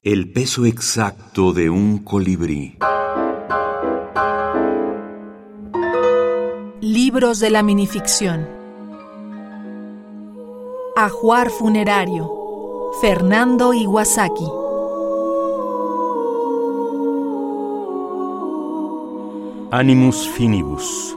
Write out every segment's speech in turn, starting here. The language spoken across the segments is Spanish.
El peso exacto de un colibrí. Libros de la minificción. Ajuar funerario. Fernando Iwasaki. Animus Finibus.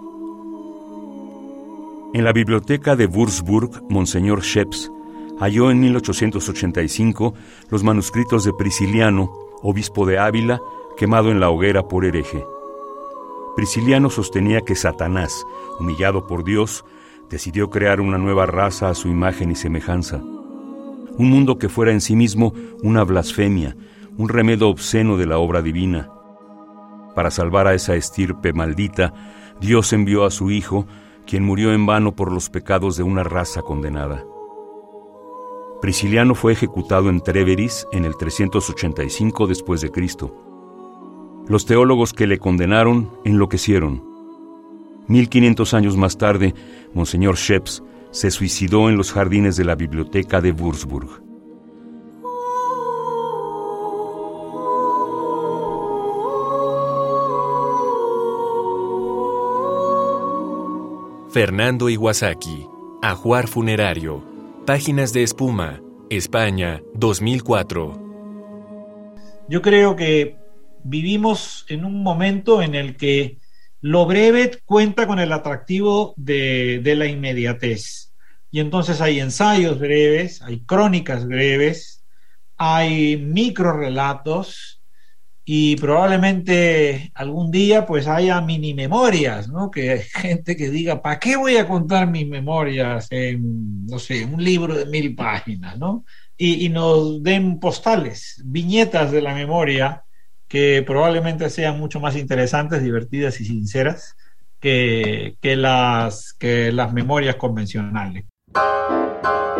En la biblioteca de Würzburg, Monseñor Scheps halló en 1885 los manuscritos de Prisciliano, obispo de Ávila, quemado en la hoguera por hereje. Prisciliano sostenía que Satanás, humillado por Dios, decidió crear una nueva raza a su imagen y semejanza. Un mundo que fuera en sí mismo una blasfemia, un remedo obsceno de la obra divina. Para salvar a esa estirpe maldita, Dios envió a su Hijo, quien murió en vano por los pecados de una raza condenada. Prisciliano fue ejecutado en Treveris en el 385 después de Cristo. Los teólogos que le condenaron enloquecieron. 1500 años más tarde, Monseñor Scheps se suicidó en los jardines de la biblioteca de Würzburg. Fernando Iwasaki, Ajuar funerario. Páginas de espuma. España, 2004. Yo creo que vivimos en un momento en el que lo breve cuenta con el atractivo de la inmediatez. Y entonces hay ensayos breves, hay crónicas breves, hay microrelatos y probablemente algún día pues haya mini memorias, ¿no? Que hay gente que diga, ¿para qué voy a contar mis memorias en, no sé, un libro de 1000 páginas, ¿no? Y nos den postales, viñetas de la memoria que probablemente sean mucho más interesantes, divertidas y sinceras que las memorias convencionales.